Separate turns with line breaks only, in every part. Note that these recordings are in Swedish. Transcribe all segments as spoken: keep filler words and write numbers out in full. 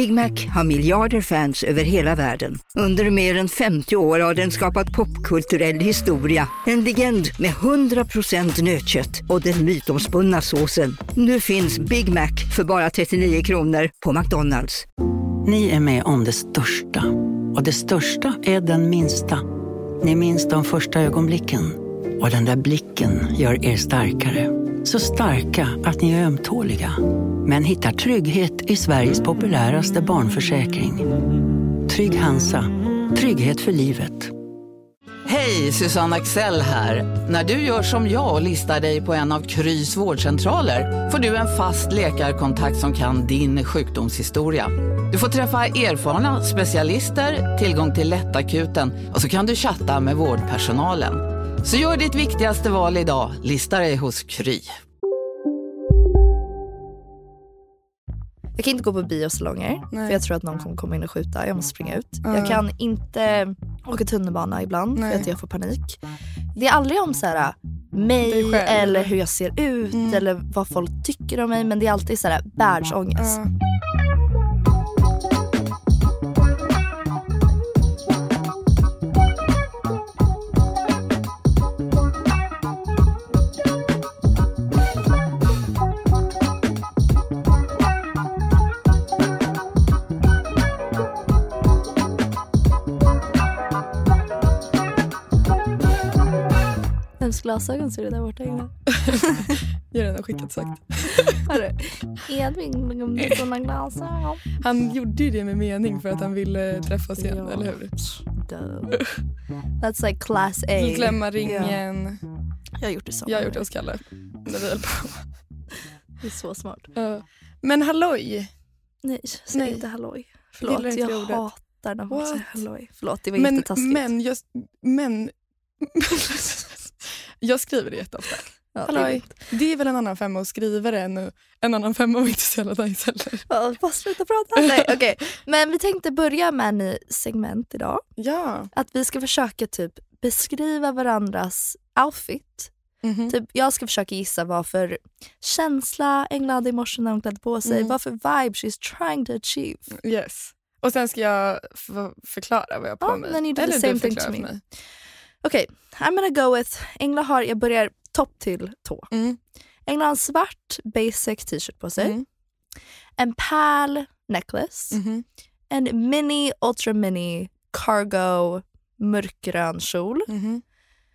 Big Mac har miljarder fans över hela världen. Under mer än femtio år har den skapat popkulturell historia. En legend med hundra procent nötkött och den mytomspunna såsen. Nu finns Big Mac för bara trettionio kronor på McDonald's.
Ni är med om det största. Och det största är den minsta. Ni minns de första ögonblicken. Och den där blicken gör er starkare. Så starka att ni är ömtåliga. Men hittar trygghet i Sveriges populäraste barnförsäkring. Trygg Hansa. Trygghet för livet.
Hej, Susanne Axel här. När du gör som jag och listar dig på en av Krys vårdcentraler får du en fast läkarkontakt som kan din sjukdomshistoria. Du får träffa erfarna specialister, tillgång till lättakuten och så kan du chatta med vårdpersonalen. Så gör ditt viktigaste val idag, lista dig hos Kry.
Jag kan inte gå på biosalonger.
Nej.
För jag tror att någon kommer komma in och skjuta. Jag måste springa ut.
Uh.
Jag kan inte åka tunnelbana ibland.
Nej.
För att jag får panik. Det är aldrig om så här mig eller hur jag ser ut.
Mm.
Eller vad folk tycker om mig. Men det är alltid så här världsångest.
Uh.
Vems glasögon ser du där borta inne?
Jag har redan skickat sagt.
Hörru, Edvin med sådana glasögon.
Han gjorde ju det med mening för att han ville träffas igen,
Ja.
eller hur?
Duh. That's like class A.
Glömma ringen.
Ja. Jag har gjort det så.
Jag har gjort det hos Kalle. När vi höll på.
Det är så smart.
Uh. Men halloj.
Nej, säg
Nej.
inte halloj. Förlåt,
Gillar inte
jag
ordet.
hatar när folk
What?
säger halloj. Förlåt, det var
Men,
jättetaskigt.
men, just, men jag skriver det jätteofta.
Ja,
Halloj. Det är, det är väl en annan femma att skriva det än en annan femma och inte så jävla nice heller.
Ja, bara sluta prata. Nej, okej. Men vi tänkte börja med en ny segment idag.
Ja.
Att vi ska försöka typ beskriva varandras outfit.
Mm-hmm.
Typ, jag ska försöka gissa vad för känsla Engla hade i morse när hon klädde på sig.
Mm.
Vad för vibe she's trying to achieve.
Yes. Och sen ska jag f- förklara vad jag har på
Ja,
mig.
then you do the
Eller
same
du
thing
förklarar
to
för
me.
mig.
Okej, okay, I'm gonna go with... Engla har, jag börjar topp till tå.
Mm.
Engla har en svart basic t-shirt på sig.
Mm.
En pärl necklace.
Mm-hmm.
En mini, ultra mini cargo mörkgrön kjol.
Mm-hmm.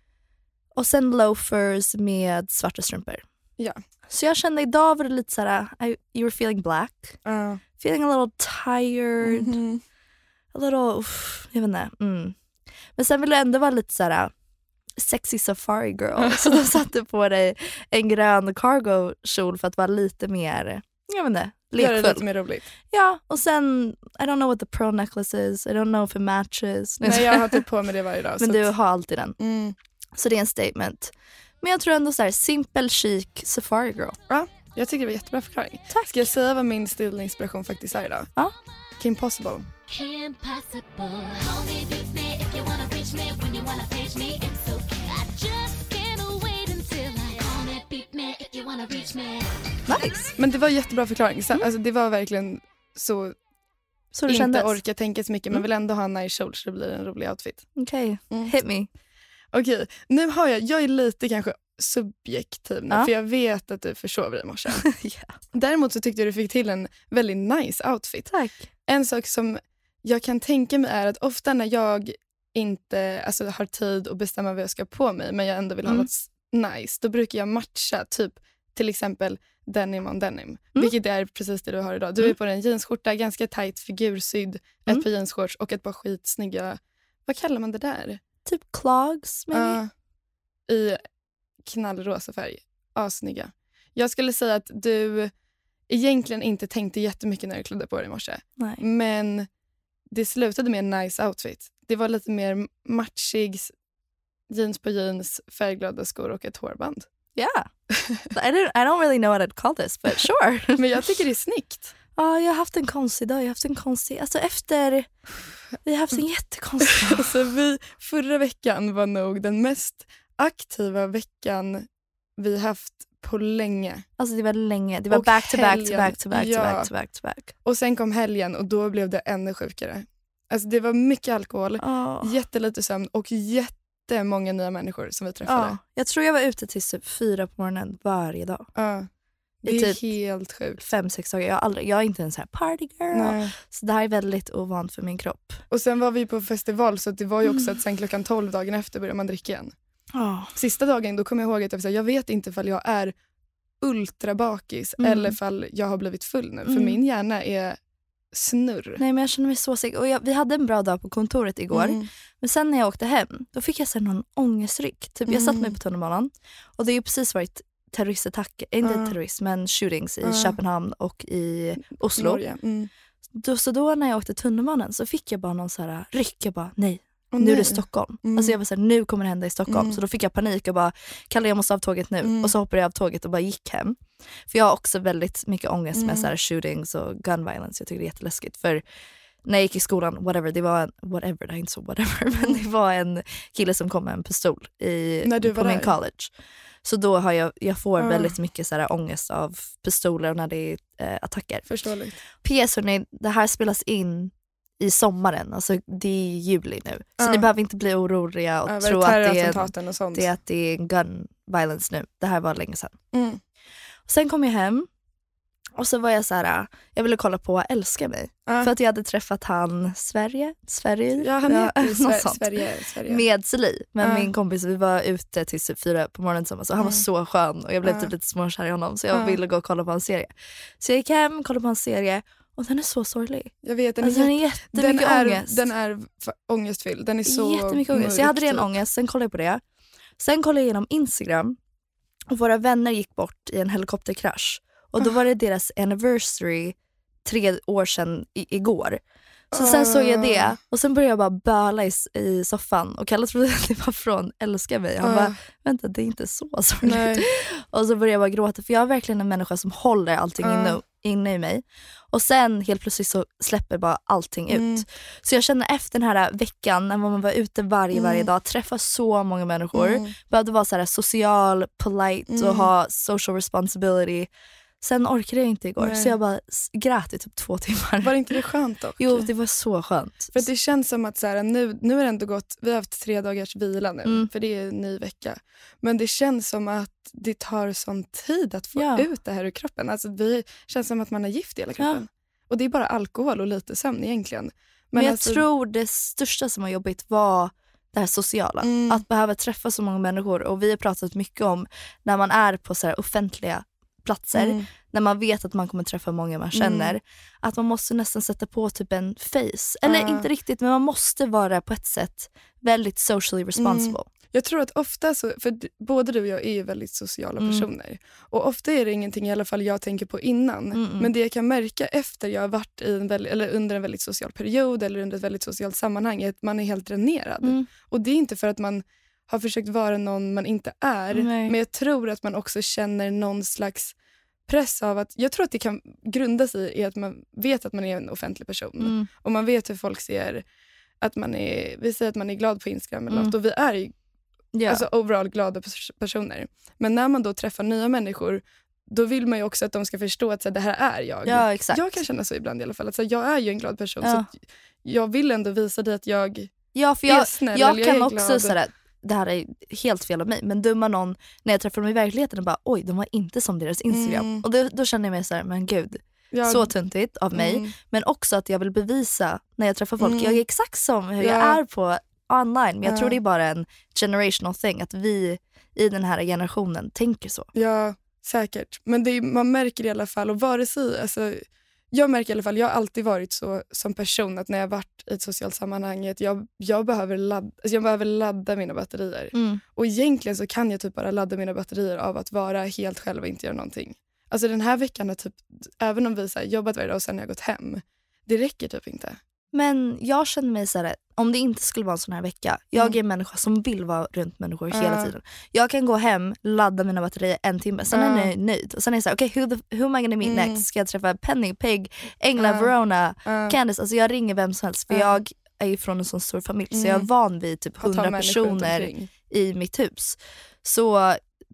Och sen loafers med svarta strumpor.
Ja.
Så jag kände idag var det lite såhär, I, you were feeling black.
Uh.
Feeling a little tired.
Mm-hmm.
A little, uff, jag vet inte. Mm. Men sen ville det ändå vara lite såhär sexy safari girl. Så de satte på dig en grön cargo kjol för att vara lite mer, jag vet inte,
Gör det
lekfull.
lite mer roligt.
Ja, och sen, I don't know what the pearl necklace is. I don't know if it matches.
Nej, jag har typ på mig det varje dag.
Men
så
du
att,
har alltid den.
mm.
Så det är en statement. Men jag tror ändå så här simpel, chic, safari girl.
Ja, jag tycker det var jättebra förklaring.
Tack.
Ska jag säga vad min stilinspiration faktiskt är idag?
Ja.
Kim Possible.
Kim Possible. Homie, beat me if you wanna reach me. When you wanna page me, it's okay. I just can't wait until I homie, beat me if you wanna reach me.
Nice.
Men det var jättebra förklaring. Så, alltså, det var verkligen så...
Så du
inte
kändes?
orka tänka så mycket, men
Mm.
vill ändå ha en nice kjol så det blir en rolig outfit.
Okej,
Mm.
hit me.
Okej, nu har jag... Jag är lite kanske subjektiv nu,
Ja.
för jag vet att du försov dig i morse.
Ja.
Däremot så tyckte jag du fick till en väldigt nice outfit.
Tack.
En sak som jag kan tänka mig är att ofta när jag inte alltså, har tid att bestämma vad jag ska på mig, men jag ändå vill ha
Mm.
något s- nice, då brukar jag matcha typ till exempel denim on denim,
Mm.
vilket är precis det du har idag. Du
Mm.
är på en jeansskjorta, ganska tight figursydd,
Mm.
ett par jeansshorts och ett par skitsnygga, vad kallar man det där?
Typ clogs, maybe?
Ja, i knallrosa färg. Assnygga. Jag skulle säga att du egentligen inte tänkte jättemycket när du klädde på dig i morse.
Nej.
Men det slutade med en nice outfit. Det var lite mer matchig, jeans på jeans, färgglada skor och ett hårband.
Yeah. I, don't, I don't really know what I'd call this, but sure.
Men jag tycker det är snyggt.
Ja, jag har haft en konstig dag. Jag har haft en konstig... Alltså efter... Vi har haft en jättekonstig dag.
Alltså vi, förra veckan var nog den mest aktiva veckan vi haft på länge.
Alltså det var länge. Det var
Och
back to back to
helgen,
back to back to
ja.
back to back to back.
Och sen kom helgen och då blev det ännu sjukare. Alltså det var mycket alkohol,
Oh.
jättelite sömn och jättemånga nya människor som vi träffade.
Ja, jag tror jag var ute till typ fyra på morgonen varje dag.
Ja. Det
I
är
typ
helt sjukt.
Fem, sex dagar. Jag, har aldrig, jag är inte en så här party girl.
Nej.
Så det här är väldigt ovant för min kropp.
Och sen var vi på festival så det var ju också
Mm.
att sen klockan tolv dagen efter började man dricka igen.
Oh.
Sista dagen då kommer jag ihåg att jag, sa, jag vet inte ifall jag är ultra bakis
Mm.
eller ifall jag har blivit full nu. För
Mm.
min hjärna är snurr.
Nej, men jag känner mig så seg. Och jag, vi hade en bra dag på kontoret igår.
Mm.
Men sen när jag åkte hem, då fick jag så här någon ångestryck. Typ, jag satt
Mm.
mig på tunnelbanan. Och det har ju precis varit terroristattacker, inte
Ja.
terrorism, men shootings i
Ja.
Köpenhamn och i Oslo.
Norge. Mm.
Då, så då när jag åkte tunnelbanan så fick jag bara någon så här ryck. Jag bara, nej.
Åh,
nu
nej.
är det Stockholm.
Mm.
Alltså jag var såhär, nu kommer det hända i Stockholm.
Mm.
Så då fick jag panik och bara, Kalle jag måste av tåget nu.
Mm.
Och så hoppade jag av tåget och bara gick hem. För jag har också väldigt mycket ångest
Mm.
med så här shootings och gun violence. Jag tycker det är jätteläskigt. För när jag gick i skolan, whatever, det var en, whatever, det är inte så whatever. Men det var en kille som kom med en pistol i,
När du
på
var
min
där?
college. Så då har jag, jag får
Ah.
väldigt mycket så här ångest av pistoler när det är eh, attacker.
Förståeligt.
P S hörni, det här spelas in i sommaren, alltså det är juli nu. Så
Ja.
ni behöver inte bli oroliga och
Ja,
tro
var det
att det, är,
terrorattentaten och sånt?
det, är att det är en gun violence nu. Det här var länge sedan.
Mm.
Och sen kom jag hem och så var jag så här, jag ville kolla på Älska mig.
Ja.
För att jag hade träffat han Sverige, Sverige,
Ja, han heter ju
något
Sver-
sånt.
Sverige. Sverige.
Med Seli, men
Ja.
min kompis, vi var ute till typ fyra på morgonen tillsammans och han var
Mm.
så skön och jag blev
Ja.
typ lite småkär i honom så jag
Ja.
ville gå och kolla på en serie. Så jag gick hem, kollade på en serie och den är så sorglig.
Jag vet, den,
Alltså,
är,
den är
jätte-
jättemycket
den är,
ångest.
den är f- ångestfylld. Den är så
Jättemycket ångest. Så jag hade
mörk,
ren
typ.
ångest, sen kollade jag på det. Sen kollade jag igenom Instagram och våra vänner gick bort i en helikopterkrasch. Och då var det deras anniversary tre år sedan i, igår. Så sen såg jag det och sen började jag bara böla i, i soffan och Kalle trodde att det var från Älska mig. Han
Ah.
bara, vänta det är inte så sorgligt.
Nej.
Och så började jag bara gråta för jag är verkligen en människa som håller allting
Ah.
inne, inne i mig. Och sen helt plötsligt så släpper bara allting ut.
Mm.
Så jag känner efter den här veckan när man var ute varje, varje
Mm.
dag, träffa så många människor.
Mm.
Behövde vara så här social, polite och
Mm.
ha social responsibility. Sen orkade jag inte igår
Nej.
så jag bara s- grät i typ två timmar.
Var inte det skönt dock?
Jo, det var så skönt.
För att det känns som att så här, nu, nu är det ändå gått, vi har haft tre dagars vila nu,
Mm.
för det är en ny vecka. Men det känns som att det tar sån tid att få
Ja.
ut det här ur kroppen. Alltså det känns som att man har gift i hela kroppen. Och det är bara alkohol och lite sömn egentligen. Men,
Men jag
alltså,
tror det största som var jobbigt var det här sociala.
Mm.
Att behöva träffa så många människor. Och vi har pratat mycket om när man är på så här offentliga platser.
Mm.
När man vet att man kommer träffa många man känner.
Mm.
Att man måste nästan sätta på typ en face. Eller
Ja.
inte riktigt, men man måste vara på ett sätt väldigt socially responsible.
Jag tror att ofta, så, för d- både du och jag är ju väldigt sociala
Mm.
personer. Och ofta är det ingenting i alla fall jag tänker på innan.
Mm, mm.
Men det jag kan märka efter jag har varit i en väldigt, eller under en väldigt social period eller under ett väldigt socialt sammanhang är att man är helt dränerad.
Mm.
Och det är inte för att man har försökt vara någon man inte är.
Nej.
Men jag tror att man också känner någon slags press av att, jag tror att det kan grunda sig i att man vet att man är en offentlig person.
Mm.
Och man vet hur folk ser att man är, vi säger att man är glad på Instagram eller
Mm.
något och vi är ju
Ja.
alltså overall glada pers- personer. Men när man då träffar nya människor då vill man ju också att de ska förstå att så här, det här är jag.
Ja, exakt.
Jag kan känna så ibland i alla fall. Att, så här, jag är ju en glad person
Ja.
så att jag vill ändå visa dig att jag
Ja, för
är
jag,
snäll
jag
eller
kan
jag är
också
glad.
sådär, det här är helt fel av mig, men döma någon när jag träffar dem i verkligheten och bara oj, de var inte som deras Instagram.
Mm.
Och då, då känner jag mig såhär, men gud,
jag,
så tuntigt av mig.
Mm.
Men också att jag vill bevisa när jag träffar folk,
Mm.
jag är exakt som hur jag
Ja.
är på online. Men jag
Ja.
tror det är bara en generational thing, att vi i den här generationen tänker så.
Ja, säkert. Men det är, man märker i alla fall, och vare sig, alltså, jag märker i alla fall, jag har alltid varit så som person att när jag har varit i ett socialt sammanhang, att jag, jag, behöver ladda, alltså jag behöver ladda mina batterier.
Mm.
Och egentligen så kan jag typ bara ladda mina batterier av att vara helt själv och inte göra någonting. Alltså den här veckan har typ, även om vi så här, jobbat varje dag och sen har jag gått hem, det räcker typ inte.
Men jag känner mig så här, om det inte skulle vara en sån här vecka, jag
Mm.
är en människa som vill vara runt människor
Ja.
hela tiden. Jag kan gå hem, ladda mina batterier en timme, sen
Ja.
är jag nöjd. Och sen är jag så här, okej, okay, who, the- who am I gonna meet
Mm.
next? Ska jag träffa Penny, Peg, Engla,
Ja.
Verona,
Ja.
Candice? Alltså jag ringer vem som helst för
Ja.
jag är ju från en sån stor familj så
Mm.
jag är van vid typ
Att ha
hundra
människor runt
personer
omkring.
i mitt hus. Så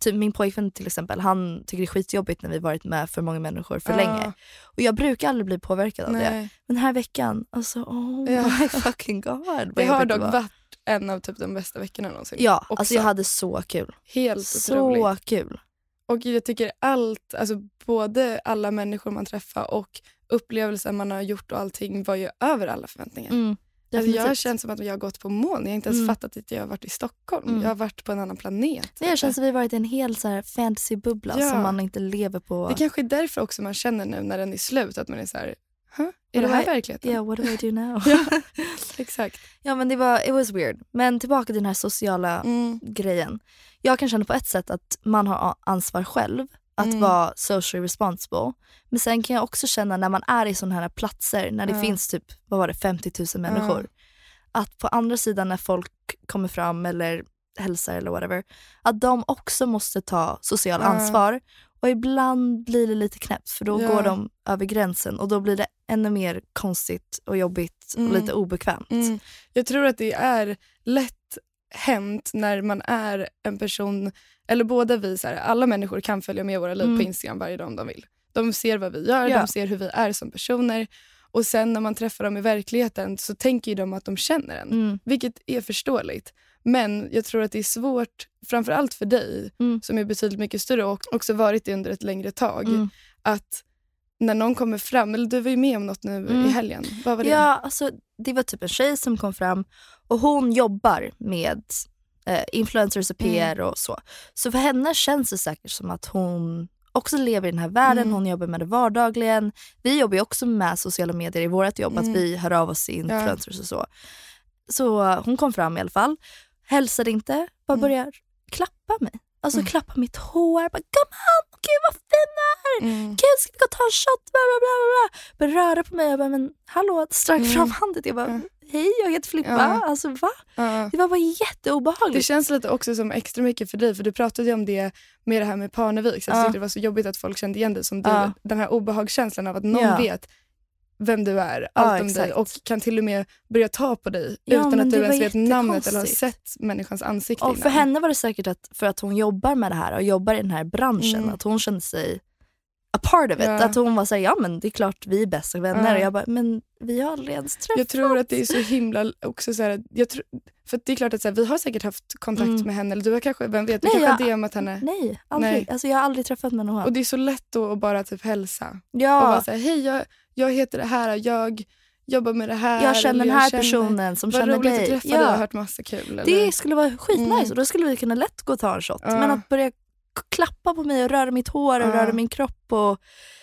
typ min pojkvän till exempel, han tycker det är skitjobbigt när vi varit med för många människor för
Ja.
länge. Och jag brukar aldrig bli påverkad av
Nej.
det. Men den här veckan, alltså oh
Ja.
my fucking god. vad
Det har
jobbigt
dock
var.
varit en av typ de bästa veckorna någonsin.
Ja,
också.
alltså jag hade så kul.
Helt
Så
otroligt.
kul.
Och jag tycker allt, alltså både alla människor man träffar och upplevelser man har gjort och allting var ju över alla förväntningar.
Mm,
Alltså jag har
definitivt.
känt som att jag har gått på moln. Jag har inte ens
Mm.
fattat att jag har varit i Stockholm.
Mm.
Jag har varit på en annan planet.
Det känns som vi varit i en hel så här fantasybubbla
Ja.
som man inte lever på.
Det kanske är därför också man känner nu när den är slut att man är så här, huh? Är
What
det här
do I-
verkligheten?
Yeah, what do I do now?
Ja, exakt.
Ja men det var, it was weird. Men tillbaka till den här sociala
Mm.
grejen. Jag kan känna på ett sätt att man har ansvar själv att
Mm.
vara socially responsible. Men sen kan jag också känna när man är i sådana här platser när det
Ja.
finns typ, vad var det, femtio tusen människor. Att på andra sidan när folk kommer fram eller hälsar eller whatever, att de också måste ta social
Ja.
ansvar. Och ibland blir det lite knäppt för då
Ja.
går de över gränsen och då blir det ännu mer konstigt och jobbigt
Mm.
och lite obekvämt.
Mm. Jag tror att det är lätt hänt när man är en person, eller båda vi, så här, alla människor kan följa med våra liv
Mm.
på Instagram varje dag om de vill. De ser vad vi gör,
Ja.
de ser hur vi är som personer och sen när man träffar dem i verkligheten så tänker ju de att de känner en,
Mm.
vilket är förståeligt. Men jag tror att det är svårt, framförallt för dig
Mm.
som är betydligt mycket större och också varit det under ett längre tag,
Mm.
att när någon kommer fram, eller du var ju med om något nu
Mm.
i helgen, vad var det?
Ja, alltså det var typ en tjej som kom fram och hon jobbar med eh, influencers och P R och så. Så för henne känns det säkert som att hon också lever i den här världen,
Mm.
hon jobbar med det vardagligen. Vi jobbar ju också med sociala medier i vårt jobb,
Mm.
att vi hör av oss till influencers och så. Så hon kom fram i alla fall, hälsade inte, bara
Mm.
börjar klappa mig. Alltså
Mm.
klappa mitt hår, bara gumman, gud vad fin du är.
Mm.
Gud, ska vi gå och ta en shot? Bla, bla, bla, bla. Började röra på mig. Jag bara, men hallå, sträck
Mm.
fram handet. Jag bara,
Ja.
hej, jag heter Filippa.
Ja.
Alltså va?
Ja.
Det var bara jätteobehagligt.
Det känns lite också som extra mycket för dig, för du pratade ju om det med det här med Parnevik, så jag
Ja.
tyckte det var så jobbigt att folk kände igen dig som du.
Ja.
Den här obehagskänslan av att någon
Ja.
vet vem du är,
Ja,
allt om
exakt.
dig och kan till och med börja ta på dig
Ja,
utan
men
att
det
du
var
ens vet namnet eller har
jättekonstigt.
sett människans ansikte
Och för
innan.
henne var det säkert att för att hon jobbar med det här och jobbar i den här branschen,
Mm.
att hon kände sig a part of it.
Ja.
Att hon var såhär, ja men det är klart vi är bästa vänner.
Ja.
Och jag bara, men vi har aldrig ens träffats.
Jag tror att det är så himla också så här, jag tror, för att det är klart att så här, vi har säkert haft kontakt
Mm.
med henne, eller du har kanske, vem vet, du
Nej,
kanske
jag-
har D M:at henne.
Nej, aldrig.
Nej.
Alltså, jag har aldrig träffat med någon.
Och det är så lätt då att bara typ hälsa. Och
Ja,
vara så här, hej jag, jag heter det här, jag jobbar med det här.
jag känner
eller
den här
känner-
personen som
Vad
känner
roligt
dig.
att träffa
Ja.
dig, jag har hört massa kul. Eller?
Det skulle vara skitnice
Mm.
och då skulle vi kunna lätt gå och ta en shot.
Ja.
Men att börja k- klappa på mig och röra mitt hår och
Ja.
röra min kropp och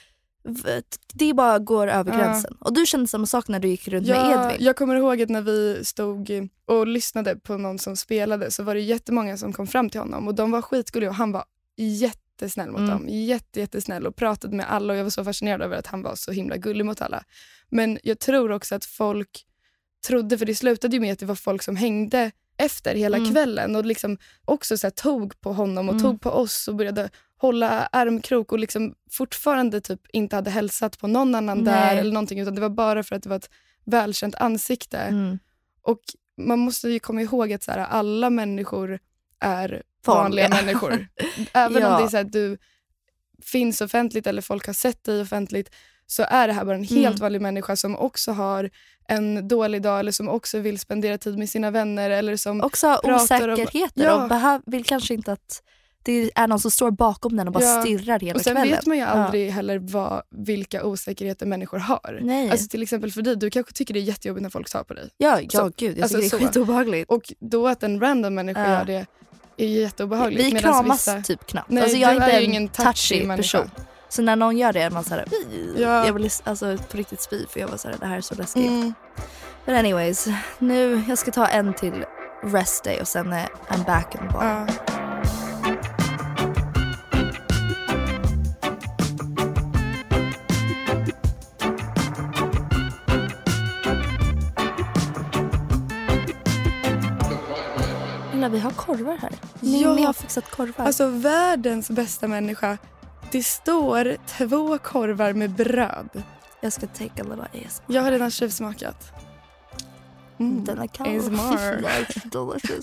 v- det bara går över
Ja.
gränsen. Och du kände samma sak när du gick runt med
jag,
Edvin.
jag kommer ihåg att när vi stod och lyssnade på någon som spelade så var det jättemånga som kom fram till honom och de var skitgulliga och han var jättesnäll mot
Mm.
dem. Jätte, jättesnäll och pratade med alla och jag var så fascinerad över att han var så himla gullig mot alla. Men jag tror också att folk trodde, för det slutade ju med att det var folk som hängde efter hela
Mm.
kvällen och liksom också så här, tog på honom och
Mm.
tog på oss och började hålla armkrok och liksom fortfarande typ inte hade hälsat på någon annan där
Nej.
eller någonting, utan det var bara för att det var ett välkänt ansikte.
Mm.
Och man måste ju komma ihåg att så här, alla människor är vanliga,
Vanliga.
människor. Även
Ja.
om det är så här, att du finns offentligt eller folk har sett dig offentligt, så är det här bara en helt
Mm.
vanlig människa som också har en dålig dag eller som också vill spendera tid med sina vänner eller som
Också ha
pratar om-
osäkerheter
Ja.
och behöv, vill kanske inte att det är någon som står bakom den och bara
Ja.
stirrar hela
och sen
kvällen.
vet man ju aldrig heller vad, vilka osäkerheter människor har.
Nej.
Alltså till exempel för dig, du kanske tycker det är jättejobbigt när folk tar på dig.
ja, ja
så-
gud, jag
alltså
tycker det är
så.
skitobehagligt.
Och då att en random människa
Ja.
gör det är ju jätteobehagligt.
Vi
medans
kramas
vissa-
typ knappt.
Nej,
alltså, jag är
du
inte
är ju
en
ingen touchy
touchy
människa.
person. Så när någon gör det är man såhär,
Ja.
jag vill alltså, på riktigt spy för jag var såhär, det här är så läskigt.
Mm.
But anyways, nu jag ska ta en till rest day och sen är I'm back in the bar.
Ja.
Illa, vi har korvar här. Ni,
Ja.
ni har fixat korvar.
Alltså världens bästa människa. Det står två korvar med bröd.
jag ska take a little A S M R.
Jag har redan tjuvsmakat. Mm.
Den är kall.
A S M R.
Like delicious.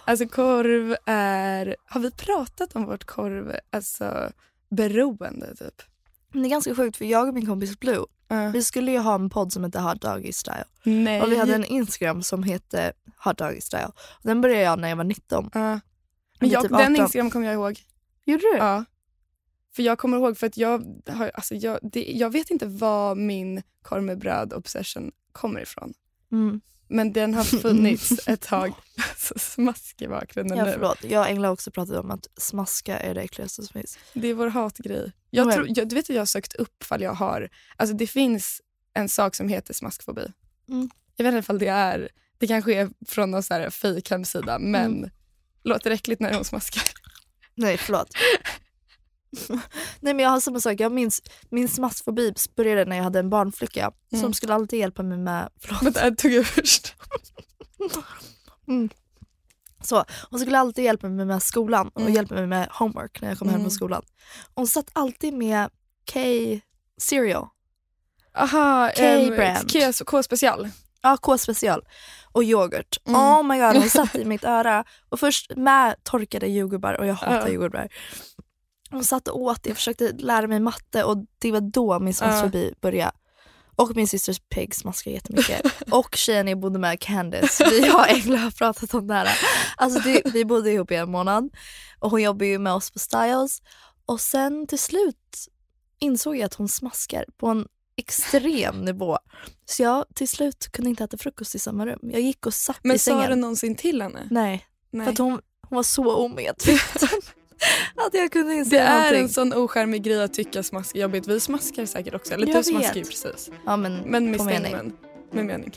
Alltså korv är... Har vi pratat om vårt korv, alltså beroende typ?
Men det är ganska sjukt för jag och min kompis Blue,
Uh.
vi skulle ju ha en podd som heter Hot Doggy Style.
Nej.
Och vi hade en Instagram som hette Hot Doggy Style. Och den började jag när jag var nitton.
Uh. Men
Det är
jag,
typ
den
arton.
Instagram kommer jag ihåg.
Gjorde du?
Ja. För jag kommer ihåg för att jag har, alltså jag, det, jag vet inte var min korv med bröd obsession kommer ifrån.
Mm.
Men den har funnits ett tag. Så smask i bakgrunden
Ja,
nu.
förlåt. Jag och Engla har också pratat om att smaska är det äckligaste som finns.
Det är vår hatgrej. Jag
Men-
tror, jag, du vet att jag har sökt upp fall jag har. Alltså det finns en sak som heter smaskfobi.
Mm. Jag
Jag vet inte ifall det är, det kanske är från någon så här fake hemsida, men
Mm.
låter äckligt när hon smaskar.
Nej, förlåt. Nej, men jag har samma sak. Jag minns min smaskfobi började när jag hade en barnflicka
Mm.
som skulle alltid hjälpa mig med... Förlåt.
Vänta, jag tog jag först.
Mm. Så, hon skulle alltid hjälpa mig med skolan och
Mm.
hjälpa mig med homework när jag kom hem
Mm.
från skolan. Hon satt alltid med K-cereal.
Aha,
K-brand.
K, K-special.
Ja, K-special. Och yoghurt.
Mm.
Oh my god, hon satt i mitt öra. Och först med torkade jordgubbar, och jag hatar
Ja.
jordgubbar. Hon satt och åt, jag försökte lära mig matte och det var då min smaskfobi började. Och min systers pig smaskar jättemycket. Och tjejen jag bodde med, Candice. Vi har Engla har pratat om det här. Alltså det, vi bodde ihop i en månad. Och hon jobbar ju med oss på Styles. Och sen till slut insåg jag att hon smaskar på en extrem nivå. Så jag till slut kunde inte äta frukost i samma rum. Jag gick och satt
Men
i sängen.
sa du någonsin till henne?
Nej,
Nej.
för att hon, hon var så omedveten. Att jag kunde inte
Det
säga
är
någonting.
en sån ocharmig grej att tycka smask är jobbigt. Vi smaskar säkert också. Eller
Jag
du smaskar ju
vet.
precis.
Ja, men,
Men med
på mening.
stämmen. Med mening.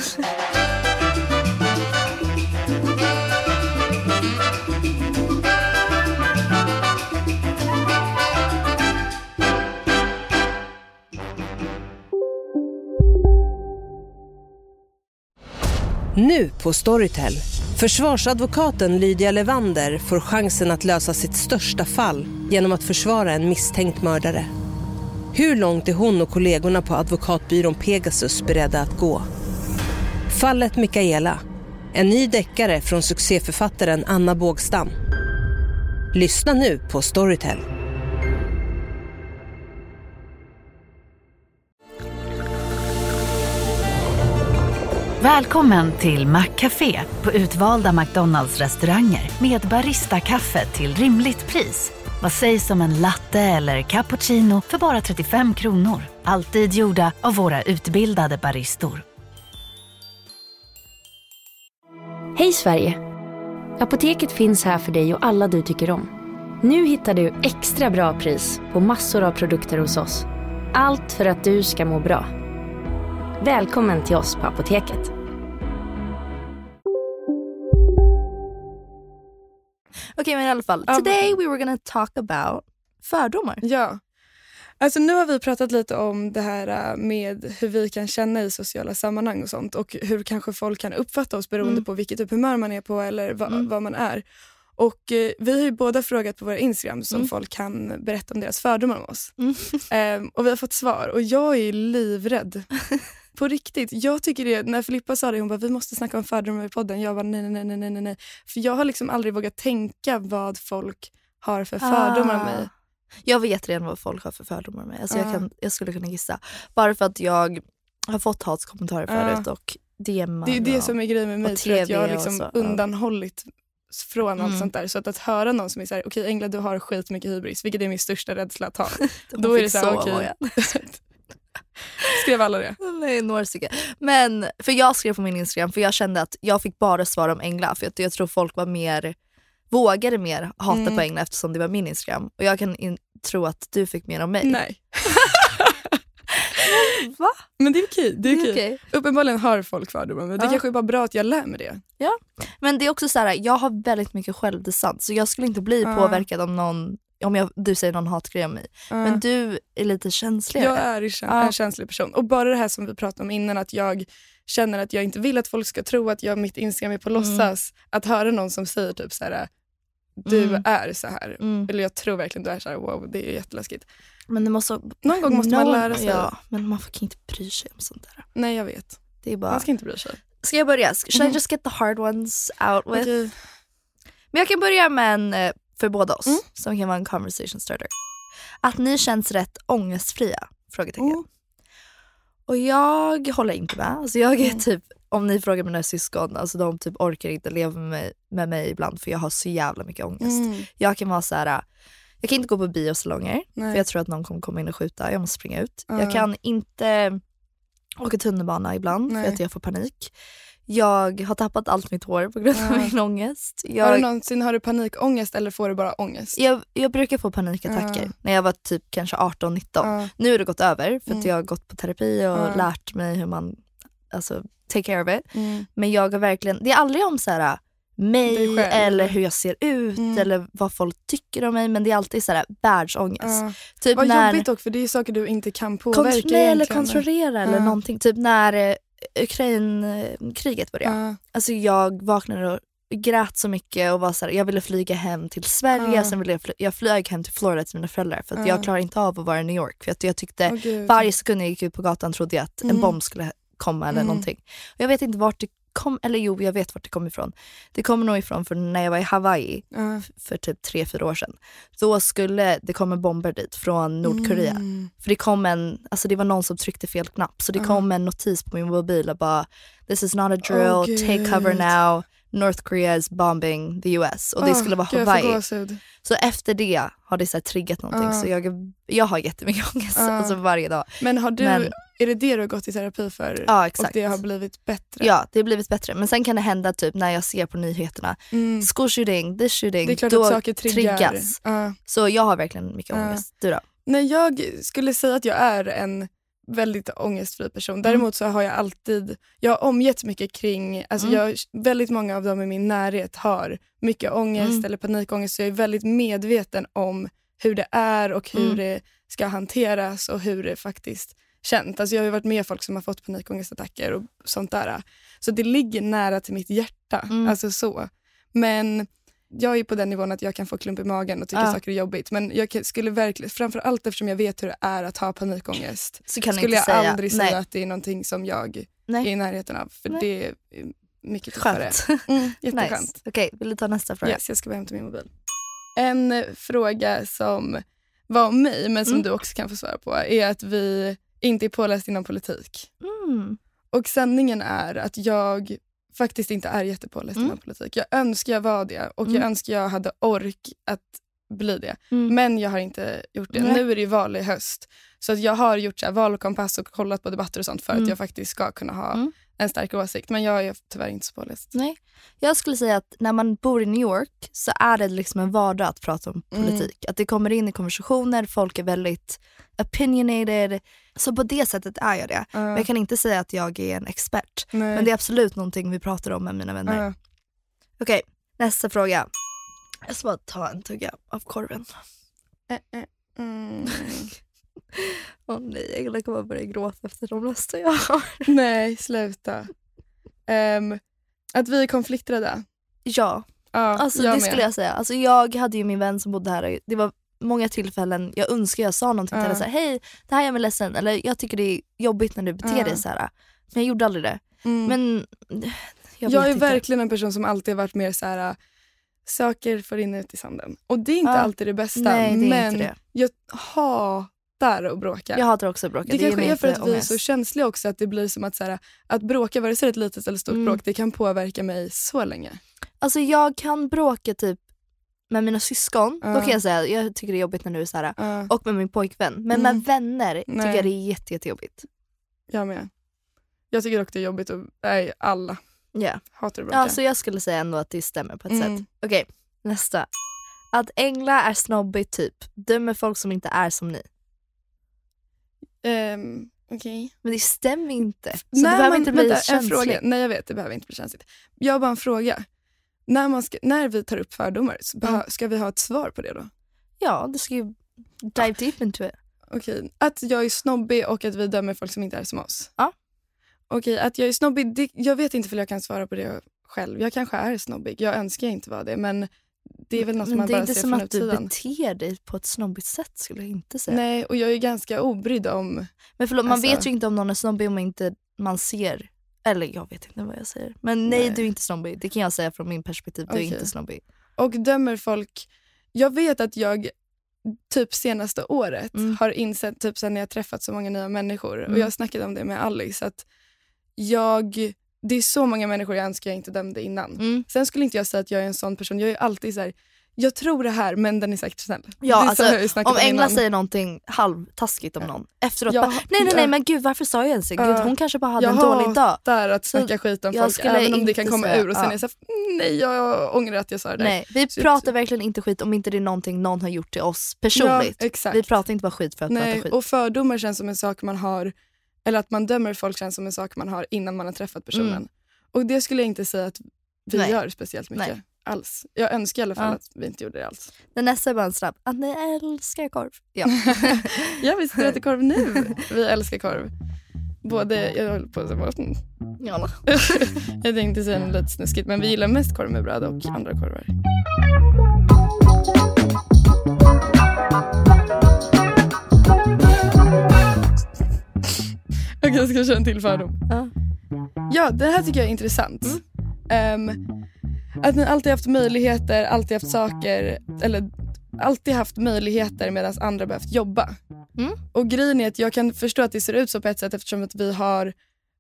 Nu på Storytel. Försvarsadvokaten Lydia Levander får chansen att lösa sitt största fall genom att försvara en misstänkt mördare. Hur långt är hon och kollegorna på advokatbyrån Pegasus beredda att gå? Fallet Mikaela. En ny deckare från succéförfattaren Anna Bågstam. Lyssna nu på Storytel.
Välkommen till Maccafé på utvalda McDonalds restauranger med Barista-kaffe till rimligt pris. Vad sägs om en latte eller cappuccino för bara trettiofem kronor? Alltid gjorda av våra utbildade baristor.
Hej Sverige! Apoteket finns här för dig och alla du tycker om. Nu hittar du extra bra pris på massor av produkter hos oss. Allt för att du ska må bra. Välkommen till oss på Apoteket.
Okej, men i alla fall.
Ja,
Today we were gonna talk about fördomar.
Ja. Alltså nu har vi pratat lite om det här med hur vi kan känna i sociala sammanhang och sånt. Och hur kanske folk kan uppfatta oss beroende
Mm.
på vilket typ humör man är på eller va,
Mm.
vad man är. Och eh, vi har ju båda frågat på våra Instagram som
Mm.
folk kan berätta om deras fördomar om oss.
Mm.
Ehm, och vi har fått svar och jag är livrädd. På riktigt. Jag tycker det, när Filippa sa det, hon bara, vi måste snacka om fördomar i podden. Jag var nej, nej, nej, nej, nej, nej. För jag har liksom aldrig vågat tänka vad folk har för fördomar om mig.
Jag vet redan vad folk har för fördomar om mig. Alltså
Ah.
jag, kan, jag skulle kunna gissa. Bara för att jag har fått hatkommentarer
Ah.
förut och D M.
Det är ju det som är grejen med mig,
och
tror jag, att jag har
T V
liksom
och så, ja.
undanhållit från allt
Mm.
sånt där. Så att, att höra någon som är så här, okej Engla, du har skitmycket hybris, vilket är min största rädsla att ha. Då är det så här, okej.
många.
Skrev alla det?
Nej, några stycken. Men för jag skrev på min Instagram för jag kände att jag fick bara svara om Engla. För jag, jag tror folk var mer, vågade mer hata
Mm.
på Engla eftersom det var min Instagram. Och jag kan in, tro att du fick mer om mig.
Nej.
Va?
Men det är okej. Det är
Det är
okej.
okej.
Uppenbarligen har folk fördomar, men det
Ja.
kanske är bara bra att jag lär mig det.
Men det är också så här, jag har väldigt mycket självdistans. Så jag skulle inte bli
Ja.
påverkad om någon, om jag, du säger någon hatgrej om mig. Men du är lite känsligare.
Jag är kä-
Ja.
en känslig person. Och bara det här som vi pratade om innan, att jag känner att jag inte vill att folk ska tro att jag mitt Instagram är på
Mm.
låtsas. Att höra någon som säger typ så här, du
Mm.
är så här.
Mm.
Eller jag tror verkligen du är så här, wow, det är jätteläskigt.
Men det måste,
Någon gång måste man
någon-
lära sig.
Ja, men man kan inte bry sig om sånt där.
Nej, jag vet.
Det är bara...
Man ska inte bry sig.
Ska jag börja? Should
Mhm.
I just get the hard ones out with?
Okej.
Men jag kan börja med en eh, för båda oss
Mm.
som kan vara en conversation starter. Att ni känns rätt ångestfria? Frågetecken.
Mm.
Och jag håller inte med. Alltså jag är
Mm.
typ, om ni frågar mina syskon, alltså de typ orkar inte leva med mig, med mig ibland för jag har så jävla mycket ångest.
Mm.
Jag kan vara så här. Jag kan inte gå på biosalonger
Nej.
för jag tror att någon kommer komma in och skjuta. Jag måste springa ut.
Ja.
Jag kan inte åka tunnelbana ibland
Nej.
för att jag får panik. Jag har tappat allt mitt hår på grund av
Ja.
min ångest.
Har du
Jag,
någonsin har du panikångest eller får du bara ångest?
jag, jag brukar få panikattacker
Ja.
när jag var typ kanske arton nitton.
Ja.
Nu har det gått över för att
Mm.
jag har gått på terapi och
Ja.
lärt mig hur man alltså, take care of it.
Mm.
Men jag har verkligen, det är aldrig om så här, mig
Dig själv.
eller hur jag ser ut
Mm.
eller vad folk tycker om mig, men det är alltid så här världsångest.
Ja.
Typ
Vad
när
jobbigt dock, för det är saker du inte kan påverka
kontro- nej, eller
egentligen.
kontrollera eller
Ja.
någonting. Typ när eh, Ukraina-kriget började.
Ja.
Alltså jag vaknade och grät så mycket och var så här, jag ville flyga hem till Sverige,
Ja.
sen ville jag, fly- jag flög hem till Florida till mina föräldrar för att
Ja.
jag klarar inte av att vara i New York. För att jag tyckte
Åh, gud.
varje sekund jag gick ut på gatan trodde jag att en
Mm.
bomb skulle komma eller
Mm.
någonting. Och jag vet inte vart det kom, eller jo jag vet vart det kom ifrån. Det kommer nog ifrån från när jag var i Hawaii
Ja.
f- för typ tre, fyra år sedan. Då skulle det komma bomber dit från Nordkorea.
Mm.
För det kom en, alltså det var någon som tryckte fel knapp. Så det
Ja.
kom en notis på min mobil och bara this is not a drill,
Åh,
take
Gud.
cover now. North Korea is bombing the U S. Och det
Åh,
skulle vara
gud, jag får
Hawaii.
gåshud.
Så efter det har det så här triggat någonting.
Ja.
Så jag, jag har jättemycket ångest
Ja.
alltså varje dag.
Men har du,
Men-
är det det du har gått i terapi för?
Ja
Och
exakt.
det har blivit bättre?
Ja, det har blivit bättre. Men sen kan det hända typ när jag ser på nyheterna.
Mm.
School shooting, this shooting.
Det är klart
då
att saker triggar.
triggas.
Ja.
Så jag har verkligen mycket
Ja.
ångest. Du då?
Nej, jag skulle säga att jag är en väldigt ångestfri person. Däremot så har jag alltid, jag har omgett mycket kring, alltså
Mm.
jag, väldigt många av dem i min närhet har mycket ångest
Mm.
eller panikångest, så jag är väldigt medveten om hur det är och hur
Mm.
det ska hanteras och hur det faktiskt känns. Alltså jag har ju varit med folk som har fått panikångestattacker och sånt där. Så det ligger nära till mitt hjärta,
Mm.
alltså så. Men jag är på den nivån att jag kan få klump i magen och tycka
Ja.
saker är jobbigt. Men jag kan- skulle verkligen, framförallt eftersom jag vet hur det är att ha panikångest,
Så kan du
skulle
inte
jag
säga.
aldrig
Nej.
säga att det är någonting som jag
Nej.
är i närheten av. För
Nej.
det är mycket tuffare.
Skönt.
Mm,
Nice.
jätteskönt.
Okej, vill du ta nästa fråga?
Yes, jag ska bara hämta min mobil. En eh, fråga som var om mig, men som
Mm.
du också kan få svara på, är att vi inte är påläst inom politik.
Mm.
Och sanningen är att jag faktiskt inte är jättepåläst
Mm.
inom politik. Jag önskar jag var det och
Mm.
jag önskar jag hade ork att bli det.
Mm.
Men jag har inte gjort det.
Nej.
Nu är det ju val i höst. Så att jag har gjort så här valkompass och kollat på debatter och sånt för
Mm.
att jag faktiskt ska kunna ha
Mm.
en stark åsikt. Men jag är tyvärr inte så påläst.
Nej. Jag skulle säga att när man bor i New York så är det liksom en vardag att prata om
Mm.
politik. Att det kommer in i konversationer, folk är väldigt opinionated. Så på det sättet är jag det.
Ja.
Men jag kan inte säga att jag är en expert.
Nej.
Men det är absolut någonting vi pratar om med mina vänner.
Ja.
Okej, nästa fråga. Jag ska bara ta en tugga av korven.
Eh, eh, mm.
Åh nej, jag kommer börja gråta efter de nästa jag har.
Nej, sluta. Ehm, att vi är konflikträdda.
Ja,
Ja,
alltså
jag
det
med.
skulle jag säga. Alltså jag hade ju min vän som bodde här. Det var många tillfällen jag önskar jag sa någonting till
Ja.
henne. Så här, hej, det här gör mig ledsen. Eller jag tycker det är jobbigt när du beter
Ja.
dig så här. Men jag gjorde aldrig det.
Mm.
Men jag,
jag
vet
är
inte.
verkligen en person som alltid har varit mer så här: saker får in ut i sanden. Och det är inte
Ja.
alltid det bästa.
Nej, det är
men
inte det.
jag hatar att bråka.
Jag hatar också att bråka.
Det
ger
kanske
mig
är för
inte
att vi är
ångest.
så känsliga också, att det blir som att så här, att bråka, vare sig det är ett litet eller stort
Mm.
bråk, det kan påverka mig så länge.
Alltså jag kan bråka typ med mina syskon.
Ja.
Då kan jag säga jag tycker det är jobbigt när du är så här.
Ja,
Och med min pojkvän. Men
Mm.
med vänner tycker
Nej.
jag det är jätte, jättejobbigt.
jag med. Jag tycker också det är jobbigt att, nej, alla
Yeah.
hatar att bråka.
Ja, så jag skulle säga ändå att det stämmer på ett
Mm.
sätt. Okej, nästa. Att Engla är snobbig typ. Dömer folk som inte är som ni.
Ehm, Okej.
Men det stämmer inte. Så
När
det behöver
man-
inte bli
vänta, en
känsligt.
fråga. Nej, jag vet, det behöver inte bli känsligt. Jag har bara en fråga. När, man ska, när vi tar upp fördomar, så behö,
Mm.
ska vi ha ett svar på det då?
Ja, du ska ju dive deep into it.
Okej, att jag är snobbig och att vi dömer folk som inte är som oss.
Ja.
Okej, att jag är snobbig, det, jag vet inte för jag kan svara på det själv. Jag kanske är snobbig, jag önskar inte vara det, men det är väl något
Men
man
det är
bara
inte
ser
som
från
att du
utsidan.
beter dig på ett snobbigt sätt skulle jag inte säga.
Nej, och jag är ganska obrydd om...
Men förlåt, man
Alltså-
vet ju inte om någon är snobbig om inte man ser. Eller jag vet inte vad jag säger. Men nej,
Nej.
du är inte snobbig. Det kan jag säga från min perspektiv. Du
Okej.
är inte snobbig.
och dömer folk. Jag vet att jag typ senaste året
Mm.
har insett, typ sen jag träffat så många nya människor,
Mm.
och jag har snackat om det med Alice, att jag, det är så många människor jag önskar jag inte dömde innan.
Mm.
Sen skulle inte jag säga att jag är en sån person. Jag är alltid så här, jag tror det här, men den är säkert snäll.
Ja,
Det är
alltså,
så jag har snackat
om Engla
innan.
säger någonting halvtaskigt om någon efteråt,
Ja,
bara, nej nej nej
ja.
men gud varför sa jag ens det? Gud,
Ja.
hon kanske bara hade
Jag
en dålig dag.
hatar att snacka
Så
skit om
jag
folk,
skulle
även om det
inte
kan komma
säga-
ur och sen
ja.
är jag så här, nej jag ångrar att jag sa det där.
Nej, vi
Så-
pratar verkligen inte skit om inte det är någonting någon har gjort till oss personligt.
Ja, exakt.
Vi pratar inte bara skit för att
Nej,
prata skit.
och fördomar känns som en sak man har, eller att man dömer folk känns som en sak man har innan man har träffat personen.
Mm.
Och det skulle jag inte säga att vi
Nej.
gör speciellt mycket.
Nej.
Alls. Jag önskar i alla fall
Ja.
att vi inte gjorde det alls.
Den nästa är bara en snabb, att ni älskar korv. Ja.
Ja, vi sitter och äter korv nu. Vi älskar korv. Både, jag håller på att säga, mm.
Ja.
Jag tänkte säga något lite snuskigt, men vi gillar mest korv med bröd och andra korvar. Okej, jag ska köra en till fördom.
Ja.
Ja, det här tycker jag är intressant. Ehm, att ni alltid haft möjligheter, alltid haft saker, eller alltid haft möjligheter medan andra behövt jobba.
Mm.
Och grejen är att jag kan förstå att det ser ut så på ett sätt eftersom att vi har